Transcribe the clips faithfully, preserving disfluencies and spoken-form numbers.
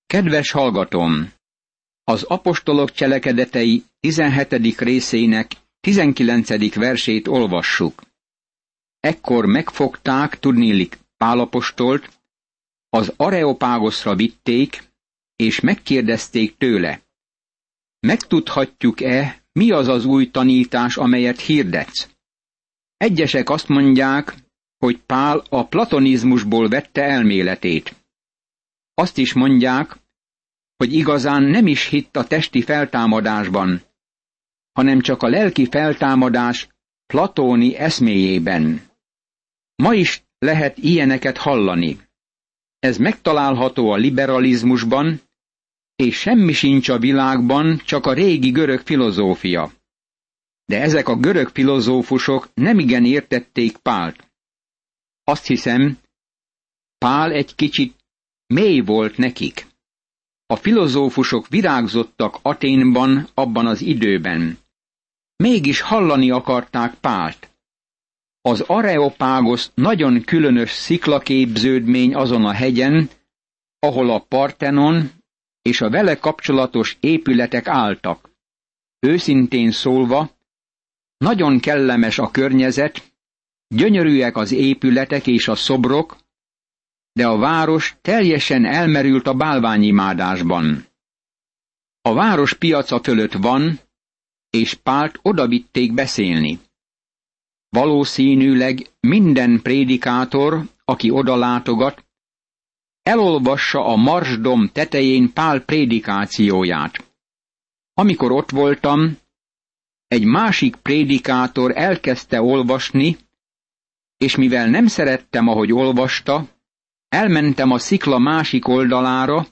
Kedves hallgatóm! Az apostolok cselekedetei tizenhetedik részének tizenkilencedik versét olvassuk. Ekkor megfogták, tudniillik Pál apostolt, az Areopágoszra vitték, és megkérdezték tőle: megtudhatjuk-e, mi az az új tanítás, amelyet hirdetsz? Egyesek azt mondják, hogy Pál a platonizmusból vette elméletét. Azt is mondják, hogy igazán nem is hitt a testi feltámadásban, hanem csak a lelki feltámadás platóni eszméjében. Ma is lehet ilyeneket hallani. Ez megtalálható a liberalizmusban, és semmi sincs a világban, csak a régi görög filozófia. De ezek a görög filozófusok nemigen értették Pált. Azt hiszem, Pál egy kicsit mély volt nekik. A filozófusok virágzottak Aténban abban az időben. Mégis hallani akarták Pált. Az Areopágosz nagyon különös sziklaképződmény azon a hegyen, ahol a Parthenon és a vele kapcsolatos épületek álltak. Őszintén szólva, nagyon kellemes a környezet, gyönyörűek az épületek és a szobrok, de a város teljesen elmerült a bálványimádásban. A város piaca fölött van, és Pált odavitték beszélni. Valószínűleg minden prédikátor, aki oda látogat, elolvassa a Marsdom tetején Pál prédikációját. Amikor ott voltam, egy másik prédikátor elkezdte olvasni, és mivel nem szerettem, ahogy olvasta, elmentem a szikla másik oldalára,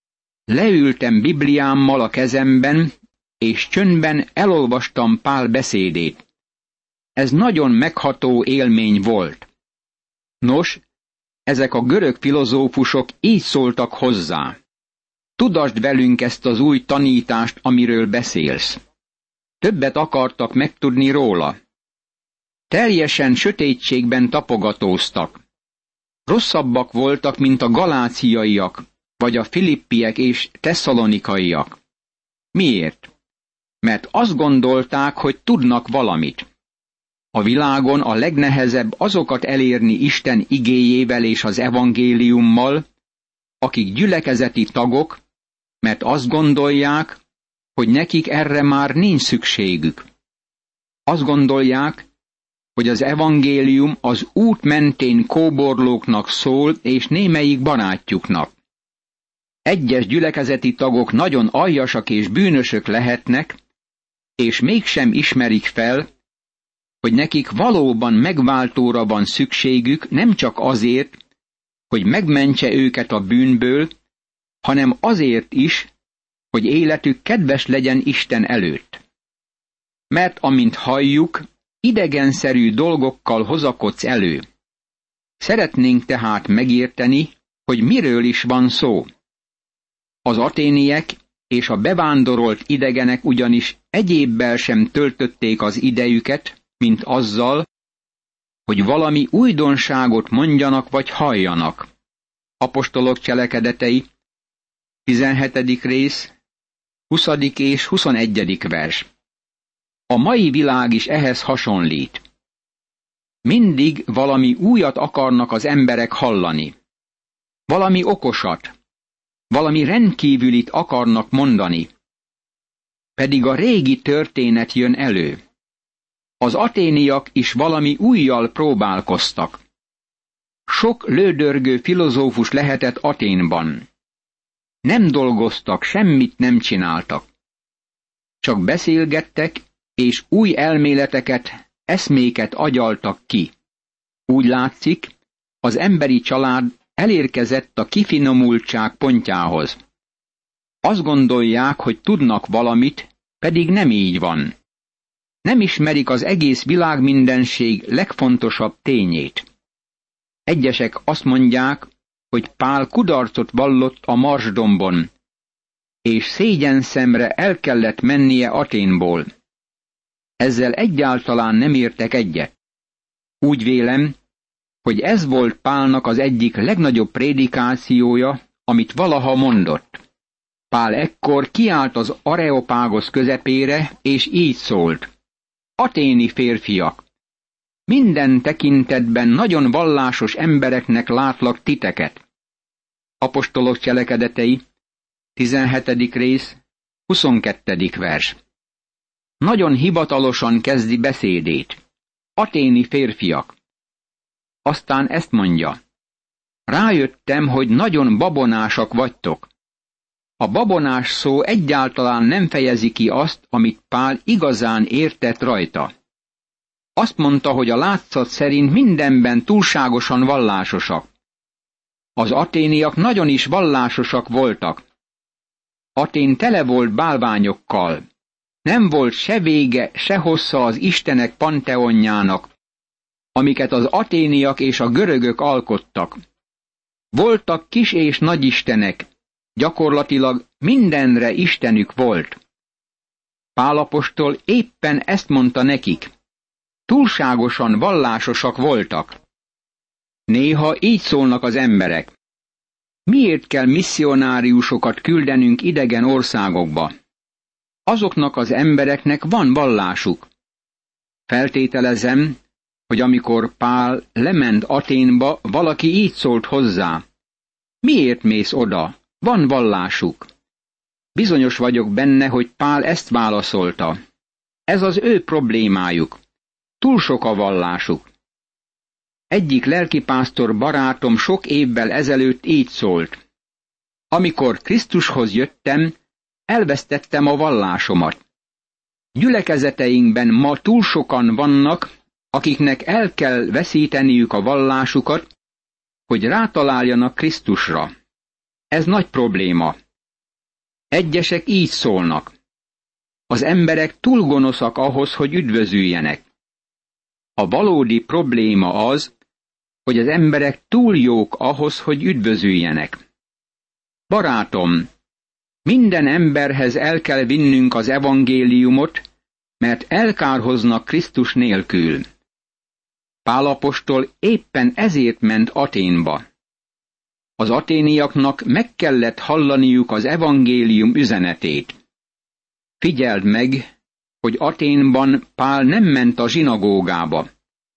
leültem Bibliámmal a kezemben, és csöndben elolvastam Pál beszédét. Ez nagyon megható élmény volt. Nos, ezek a görög filozófusok így szóltak hozzá: tuddasd velünk ezt az új tanítást, amiről beszélsz. Többet akartak megtudni róla. Teljesen sötétségben tapogatóztak. Rosszabbak voltak, mint a galáciaiak, vagy a filippiek és tesszalonikaiak. Miért? Mert azt gondolták, hogy tudnak valamit. A világon a legnehezebb azokat elérni Isten igéjével és az evangéliummal, akik gyülekezeti tagok, mert azt gondolják, hogy nekik erre már nincs szükségük. Azt gondolják, hogy az evangélium az út mentén kóborlóknak szól, és némelyik barátjuknak. Egyes gyülekezeti tagok nagyon aljasak és bűnösök lehetnek, és mégsem ismerik fel, hogy nekik valóban megváltóra van szükségük, nem csak azért, hogy megmentse őket a bűnből, hanem azért is, hogy életük kedves legyen Isten előtt. Mert amint halljuk, idegenszerű dolgokkal hozakodsz elő. Szeretnénk tehát megérteni, hogy miről is van szó. Az aténiek és a bevándorolt idegenek ugyanis egyébbel sem töltötték az idejüket, mint azzal, hogy valami újdonságot mondjanak vagy halljanak. Apostolok cselekedetei, tizenhetedik rész, huszadik és huszonegyedik vers. A mai világ is ehhez hasonlít. Mindig valami újat akarnak az emberek hallani. Valami okosat, valami rendkívülit akarnak mondani. Pedig a régi történet jön elő. Az aténiak is valami újjal próbálkoztak. Sok lődörgő filozófus lehetett Aténban. Nem dolgoztak, semmit nem csináltak. Csak beszélgettek, és új elméleteket, eszméket agyaltak ki. Úgy látszik, az emberi család elérkezett a kifinomultság pontjához. Azt gondolják, hogy tudnak valamit, pedig nem így van. Nem ismerik az egész világmindenség legfontosabb tényét. Egyesek azt mondják, hogy Pál kudarcot vallott a Marsdombon, és szégyenszemre el kellett mennie Aténból. Ezzel egyáltalán nem értek egyet. Úgy vélem, hogy ez volt Pálnak az egyik legnagyobb prédikációja, amit valaha mondott. Pál ekkor kiállt az Areopágosz közepére, és így szólt: Aténi férfiak, minden tekintetben nagyon vallásos embereknek látlak titeket. Apostolok cselekedetei, tizenhetedik rész, huszonkettedik vers. Nagyon hivatalosan kezdi beszédét. Aténi férfiak. Aztán ezt mondja: Rájöttem, hogy nagyon babonásak vagytok. A babonás szó egyáltalán nem fejezi ki azt, amit Pál igazán értett rajta. Azt mondta, hogy a látszat szerint mindenben túlságosan vallásosak. Az aténiak nagyon is vallásosak voltak. Atén tele volt bálványokkal. Nem volt se vége, se hossza az istenek panteonjának, amiket az aténiak és a görögök alkottak. Voltak kis és nagy istenek, gyakorlatilag mindenre istenük volt. Pál apostol éppen ezt mondta nekik. Túlságosan vallásosak voltak. Néha így szólnak az emberek. Miért kell misszionáriusokat küldenünk idegen országokba? Azoknak az embereknek van vallásuk. Feltételezem, hogy amikor Pál lement Aténba, valaki így szólt hozzá: Miért mész oda? Van vallásuk. Bizonyos vagyok benne, hogy Pál ezt válaszolta. Ez az ő problémájuk. Túl sok a vallásuk. Egyik lelkipásztor barátom sok évvel ezelőtt így szólt: Amikor Krisztushoz jöttem, elvesztettem a vallásomat. Gyülekezeteinkben ma túl sokan vannak, akiknek el kell veszíteniük a vallásukat, hogy rátaláljanak Krisztusra. Ez nagy probléma. Egyesek így szólnak: Az emberek túl gonoszak ahhoz, hogy üdvözüljenek. A valódi probléma az, hogy az emberek túl jók ahhoz, hogy üdvözüljenek. Barátom, minden emberhez el kell vinnünk az evangéliumot, mert elkárhoznak Krisztus nélkül. Pál apostol éppen ezért ment Aténba. Az aténiaknak meg kellett hallaniuk az evangélium üzenetét. Figyeld meg, hogy Aténban Pál nem ment a zsinagógába.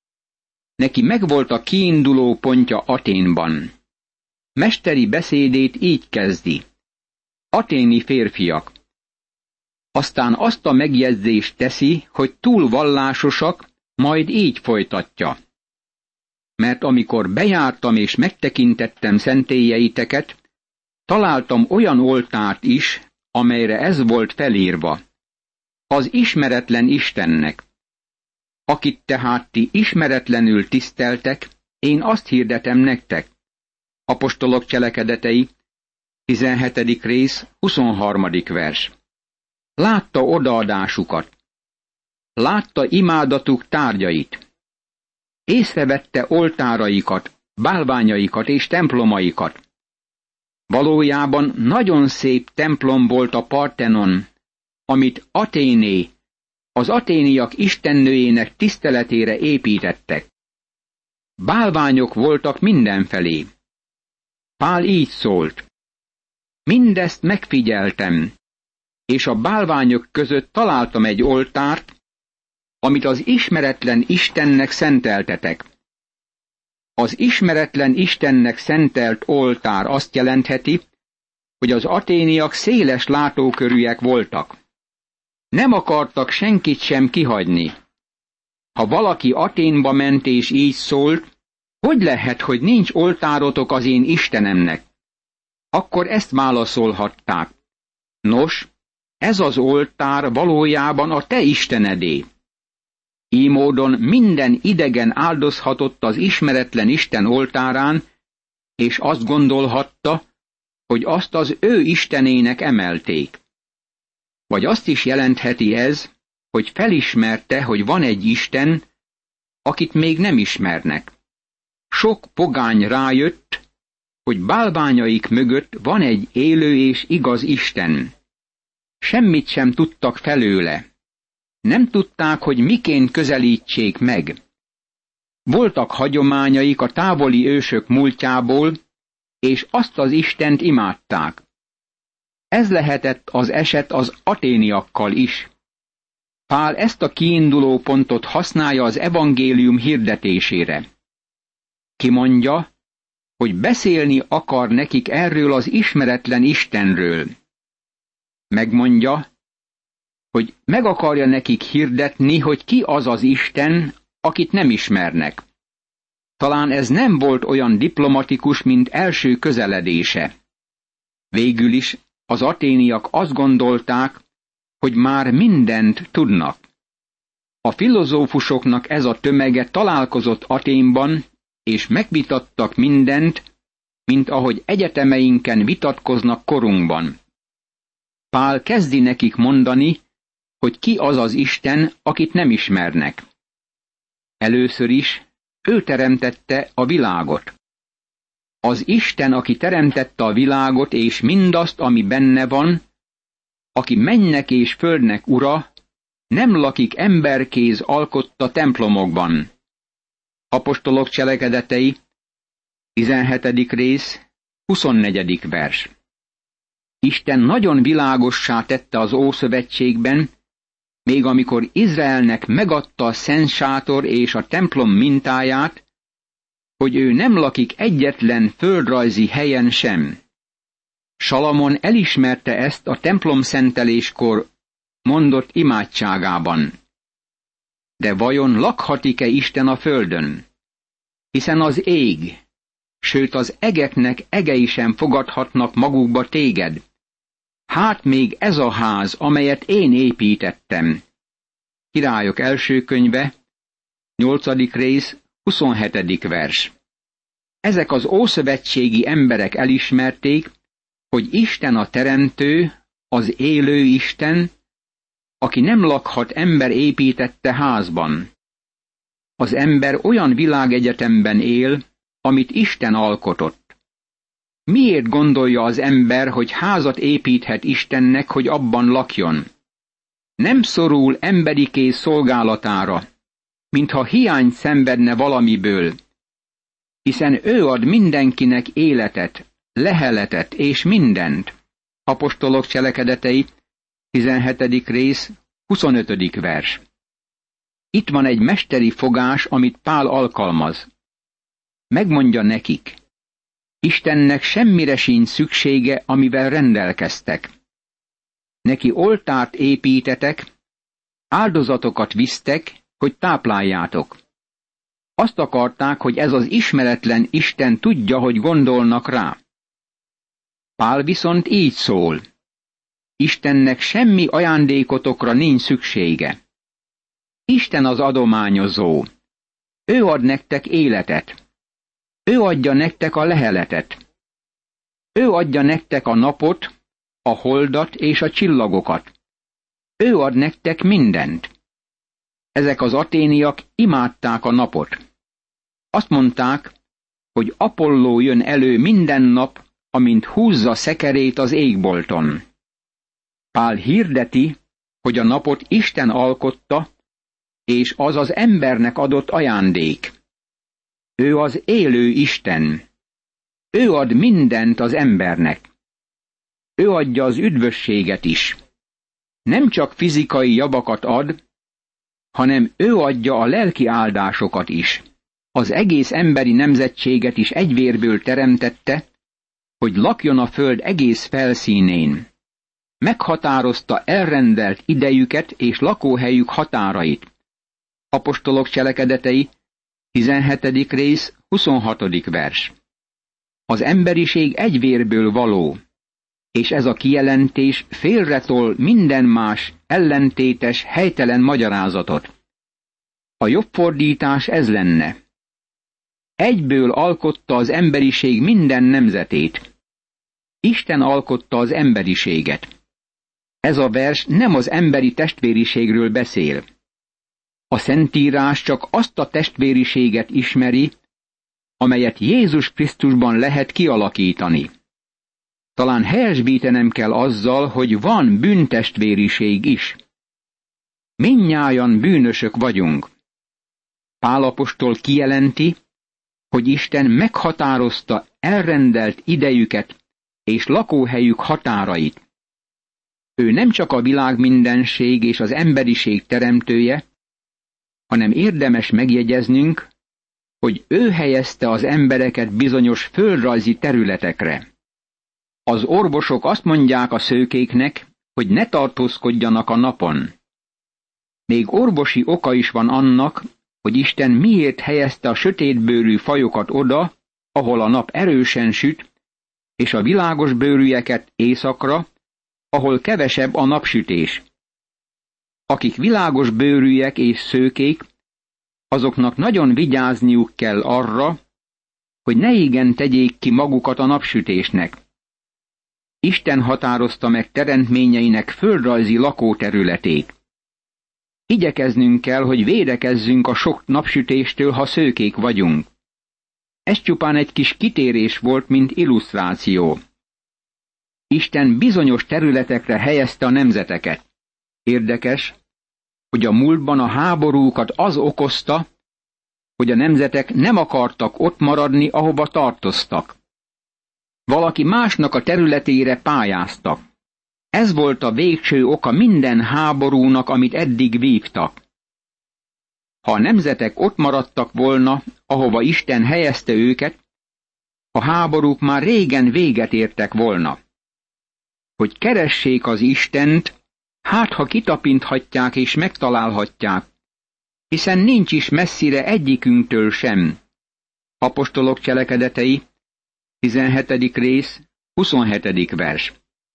Neki megvolt a kiinduló pontja Aténban. Mesteri beszédét így kezdi: Aténi férfiak. Aztán azt a megjegyzést teszi, hogy túl vallásosak, majd így folytatja: Mert amikor bejártam és megtekintettem szentélyeiteket, találtam olyan oltárt is, amelyre ez volt felírva: Az ismeretlen Istennek. Akit tehát ti ismeretlenül tiszteltek, én azt hirdetem nektek. Apostolok cselekedetei, tizenhetedik rész, huszonharmadik vers. Látta odaadásukat. Látta imádatuk tárgyait. Észrevette oltáraikat, bálványaikat és templomaikat. Valójában nagyon szép templom volt a Parthenon, amit Aténé, az aténiak istennőjének tiszteletére építettek. Bálványok voltak mindenfelé. Pál így szólt: Mindezt megfigyeltem, és a bálványok között találtam egy oltárt, amit az ismeretlen Istennek szenteltetek. Az ismeretlen Istennek szentelt oltár azt jelentheti, hogy az aténiak széles látókörűek voltak. Nem akartak senkit sem kihagyni. Ha valaki Aténba ment és így szólt: Hogy lehet, hogy nincs oltárotok az én Istenemnek? Akkor ezt válaszolhatták: Nos, ez az oltár valójában a te istenedé. Így módon minden idegen áldozhatott az ismeretlen Isten oltárán, és azt gondolhatta, hogy azt az ő istenének emelték. Vagy azt is jelentheti ez, hogy felismerte, hogy van egy Isten, akit még nem ismernek. Sok pogány rájött, hogy bálványaik mögött van egy élő és igaz Isten. Semmit sem tudtak felőle. Nem tudták, hogy miként közelítsék meg. Voltak hagyományaik a távoli ősök múltjából, és azt az Istent imádták. Ez lehetett az eset az aténiakkal is. Pál ezt a kiinduló pontot használja az evangélium hirdetésére. Kimondja, hogy beszélni akar nekik erről az ismeretlen Istenről. Megmondja, hogy meg akarja nekik hirdetni, hogy ki az az Isten, akit nem ismernek. Talán ez nem volt olyan diplomatikus, mint első közeledése. Végül is az aténiak azt gondolták, hogy már mindent tudnak. A filozófusoknak ez a tömege találkozott Athénban, és megvitattak mindent, mint ahogy egyetemeinken vitatkoznak korunkban. Pál kezdi nekik mondani, hogy ki az az Isten, akit nem ismernek. Először is ő teremtette a világot. Az Isten, aki teremtette a világot és mindazt, ami benne van, aki mennek és földnek ura, nem lakik emberkéz alkotta templomokban. Apostolok cselekedetei, tizenhetedik rész, huszonnegyedik vers. Isten nagyon világossá tette az Ószövetségben, még amikor Izraelnek megadta a Szent Sátor és a templom mintáját, hogy ő nem lakik egyetlen földrajzi helyen sem. Salamon elismerte ezt a templom szenteléskor mondott imádságában. De vajon lakhatik-e Isten a földön? Hiszen az ég, sőt az egeknek egei sem fogadhatnak magukba téged. Hát még ez a ház, amelyet én építettem. Királyok első könyve, nyolcadik rész, huszonhetedik vers. Ezek az ószövetségi emberek elismerték, hogy Isten a teremtő, az élő Isten, aki nem lakhat ember építette házban. Az ember olyan világegyetemben él, amit Isten alkotott. Miért gondolja az ember, hogy házat építhet Istennek, hogy abban lakjon? Nem szorul emberi kéz szolgálatára, mintha hiányt szenvedne valamiből, hiszen ő ad mindenkinek életet, leheletet és mindent. Apostolok cselekedetei, tizenhetedik rész, huszonötödik vers. Itt van egy mesteri fogás, amit Pál alkalmaz. Megmondja nekik, Istennek semmire sincs szüksége, amivel rendelkeztek. Neki oltárt építetek, áldozatokat visztek, hogy tápláljátok. Azt akarták, hogy ez az ismeretlen Isten tudja, hogy gondolnak rá. Pál viszont így szól. Istennek semmi ajándékotokra nincs szüksége. Isten az adományozó. Ő ad nektek életet. Ő adja nektek a leheletet. Ő adja nektek a napot, a holdat és a csillagokat. Ő ad nektek mindent. Ezek az aténiak imádták a napot. Azt mondták, hogy Apolló jön elő minden nap, amint húzza szekerét az égbolton. Pál hirdeti, hogy a napot Isten alkotta, és az az embernek adott ajándék. Ő az élő Isten. Ő ad mindent az embernek. Ő adja az üdvösséget is. Nem csak fizikai javakat ad, hanem ő adja a lelki áldásokat is. Az egész emberi nemzetséget is egy vérből teremtette, hogy lakjon a föld egész felszínén. Meghatározta elrendelt idejüket és lakóhelyük határait. Apostolok cselekedetei, tizenhetedik rész, huszonhatodik vers. Az emberiség egy vérből való, és ez a kijelentés félretol minden más, ellentétes, helytelen magyarázatot. A jobb fordítás ez lenne. Egyből alkotta az emberiség minden nemzetét. Isten alkotta az emberiséget. Ez a vers nem az emberi testvériségről beszél. A Szentírás csak azt a testvériséget ismeri, amelyet Jézus Krisztusban lehet kialakítani. Talán helyesbítenem kell azzal, hogy van bűntestvériség is. Mindnyájan bűnösök vagyunk. Pál apostol kijelenti, hogy Isten meghatározta elrendelt idejüket és lakóhelyük határait. Ő nem csak a világ mindenség és az emberiség teremtője, hanem érdemes megjegyeznünk, hogy ő helyezte az embereket bizonyos földrajzi területekre. Az orvosok azt mondják a szőkéknek, hogy ne tartózkodjanak a napon. Még orvosi oka is van annak, hogy Isten miért helyezte a sötétbőrű fajokat oda, ahol a nap erősen süt, és a világos bőrűeket északra, ahol kevesebb a napsütés. Akik világos bőrűek és szőkék, azoknak nagyon vigyázniuk kell arra, hogy ne igen tegyék ki magukat a napsütésnek. Isten határozta meg teremtményeinek földrajzi lakóterületét. Igyekeznünk kell, hogy védekezzünk a sok napsütéstől, ha szőkék vagyunk. Ez csupán egy kis kitérés volt, mint illusztráció. Isten bizonyos területekre helyezte a nemzeteket. Érdekes, hogy a múltban a háborúkat az okozta, hogy a nemzetek nem akartak ott maradni, ahova tartoztak. Valaki másnak a területére pályáztak. Ez volt a végső oka minden háborúnak, amit eddig vívtak. Ha a nemzetek ott maradtak volna, ahova Isten helyezte őket, a háborúk már régen véget értek volna. Hogy keressék az Istent, hát ha kitapinthatják és megtalálhatják, hiszen nincs is messzire egyikünktől sem. Apostolok cselekedetei, tizenhetedik rész, huszonhetedik vers.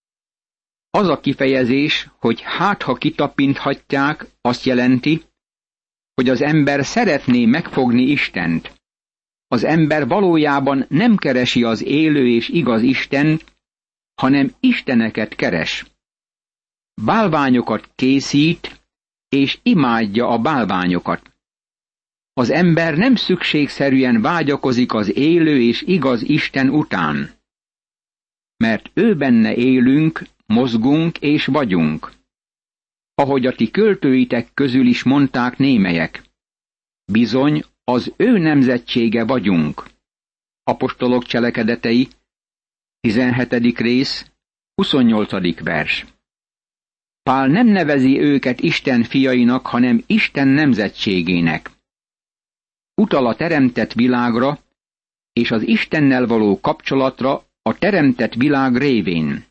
Az a kifejezés, hogy hát ha kitapinthatják, azt jelenti, hogy az ember szeretné megfogni Istent. Az ember valójában nem keresi az élő és igaz Istent, hanem isteneket keres. Bálványokat készít, és imádja a bálványokat. Az ember nem szükségszerűen vágyakozik az élő és igaz Isten után, mert ő benne élünk, mozgunk és vagyunk. Ahogy a ti költőitek közül is mondták némelyek, bizony az ő nemzetsége vagyunk. Apostolok cselekedetei, tizenhetedik rész, huszonnyolcadik vers. Pál nem nevezi őket Isten fiainak, hanem Isten nemzetségének. Utal a teremtett világra és az Istennel való kapcsolatra a teremtett világ révén.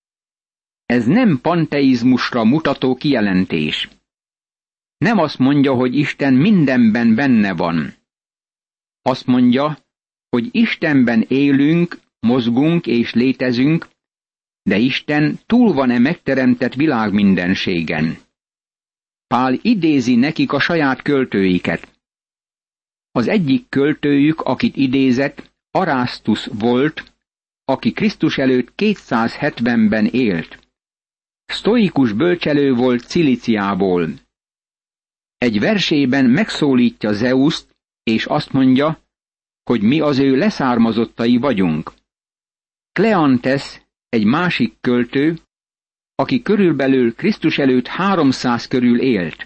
Ez nem panteizmusra mutató kijelentés. Nem azt mondja, hogy Isten mindenben benne van. Azt mondja, hogy Istenben élünk, mozgunk és létezünk, de Isten túl van-e megteremtett világ mindenségen. Pál idézi nekik a saját költőiket. Az egyik költőjük, akit idézett, Arasztus volt, aki Krisztus előtt kétszázhetvenben élt. Sztoikus bölcselő volt Ciliciából. Egy versében megszólítja Zeuszt, és azt mondja, hogy mi az ő leszármazottai vagyunk. Kleantes, egy másik költő, aki körülbelül Krisztus előtt háromszáz körül élt.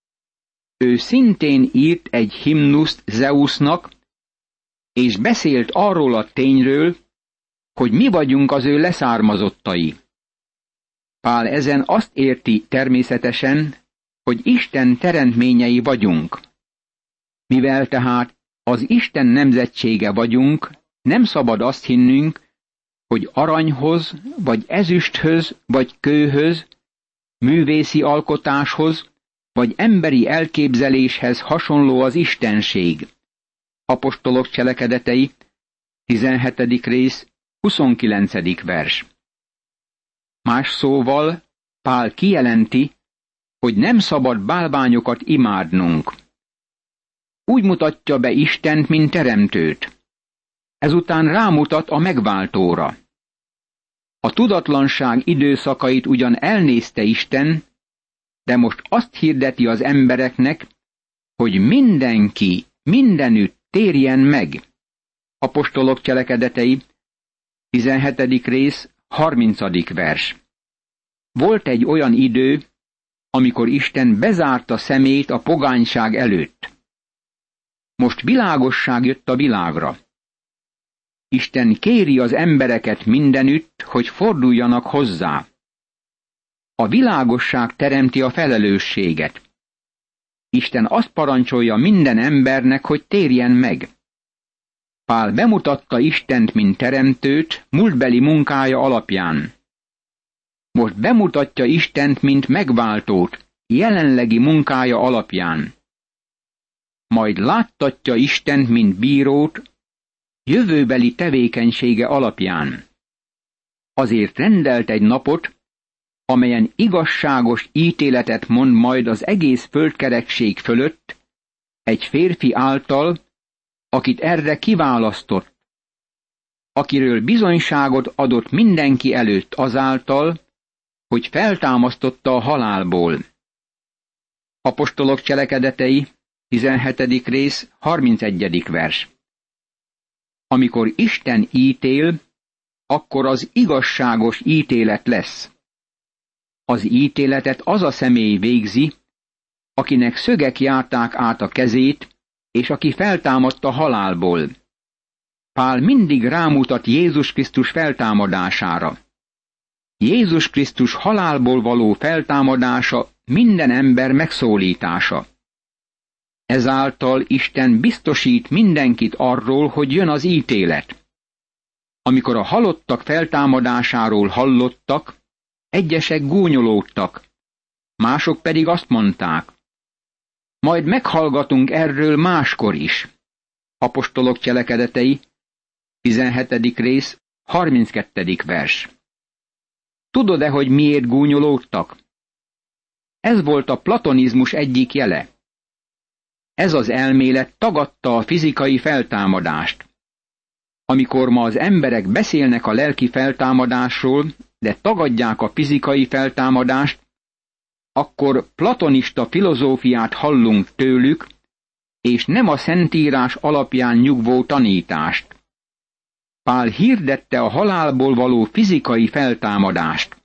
Ő szintén írt egy himnuszt Zeusnak, és beszélt arról a tényről, hogy mi vagyunk az ő leszármazottai. Pál ezen azt érti természetesen, hogy Isten teremtményei vagyunk. Mivel tehát az Isten nemzetsége vagyunk, nem szabad azt hinnünk, hogy aranyhoz, vagy ezüsthöz, vagy kőhöz, művészi alkotáshoz, vagy emberi elképzeléshez hasonló az istenség. Apostolok cselekedetei, tizenhetedik rész, huszonkilencedik vers. Más szóval Pál kijelenti, hogy nem szabad bálványokat imádnunk. Úgy mutatja be Istent, mint teremtőt. Ezután rámutat a megváltóra. A tudatlanság időszakait ugyan elnézte Isten, de most azt hirdeti az embereknek, hogy mindenki, mindenütt térjen meg. Apostolok cselekedetei, tizenhetedik rész, harmincadik vers. Volt egy olyan idő, amikor Isten bezárta szemét a pogányság előtt. Most világosság jött a világra. Isten kéri az embereket mindenütt, hogy forduljanak hozzá. A világosság teremti a felelősséget. Isten azt parancsolja minden embernek, hogy térjen meg. Pál bemutatta Istent, mint teremtőt, múltbeli munkája alapján. Most bemutatja Istent, mint megváltót, jelenlegi munkája alapján. Majd láttatja Istent, mint bírót, jövőbeli tevékenysége alapján. Azért rendelt egy napot, amelyen igazságos ítéletet mond majd az egész földkerekség fölött, egy férfi által, akit erre kiválasztott, akiről bizonyságot adott mindenki előtt azáltal, hogy feltámasztotta a halálból. Apostolok cselekedetei, tizenhetedik rész, harmincegyedik vers. Amikor Isten ítél, akkor az igazságos ítélet lesz. Az ítéletet az a személy végzi, akinek szögek járták át a kezét, és aki feltámadt a halálból. Pál mindig rámutat Jézus Krisztus feltámadására. Jézus Krisztus halálból való feltámadása minden ember megszólítása. Ezáltal Isten biztosít mindenkit arról, hogy jön az ítélet. Amikor a halottak feltámadásáról hallottak, egyesek gúnyolódtak, mások pedig azt mondták, majd meghallgatunk erről máskor is. Apostolok cselekedetei, tizenhetedik rész, harminckettedik vers. Tudod-e, hogy miért gúnyolódtak? Ez volt a platonizmus egyik jele. Ez az elmélet tagadta a fizikai feltámadást. Amikor ma az emberek beszélnek a lelki feltámadásról, de tagadják a fizikai feltámadást, akkor platonista filozófiát hallunk tőlük, és nem a Szentírás alapján nyugvó tanítást. Pál hirdette a halálból való fizikai feltámadást.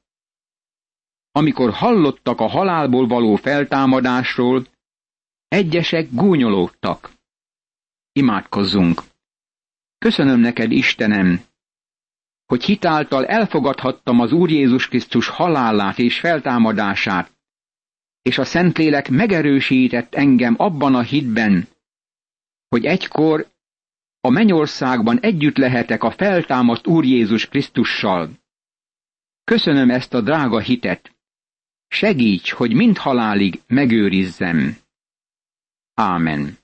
Amikor hallottak a halálból való feltámadásról, egyesek gúnyolódtak. Imádkozzunk! Köszönöm neked, Istenem, hogy hitáltal elfogadhattam az Úr Jézus Krisztus halálát és feltámadását, és a Szentlélek megerősített engem abban a hitben, hogy egykor a mennyországban együtt lehetek a feltámadt Úr Jézus Krisztussal. Köszönöm ezt a drága hitet. Segíts, hogy mind halálig megőrizzem. Ámen.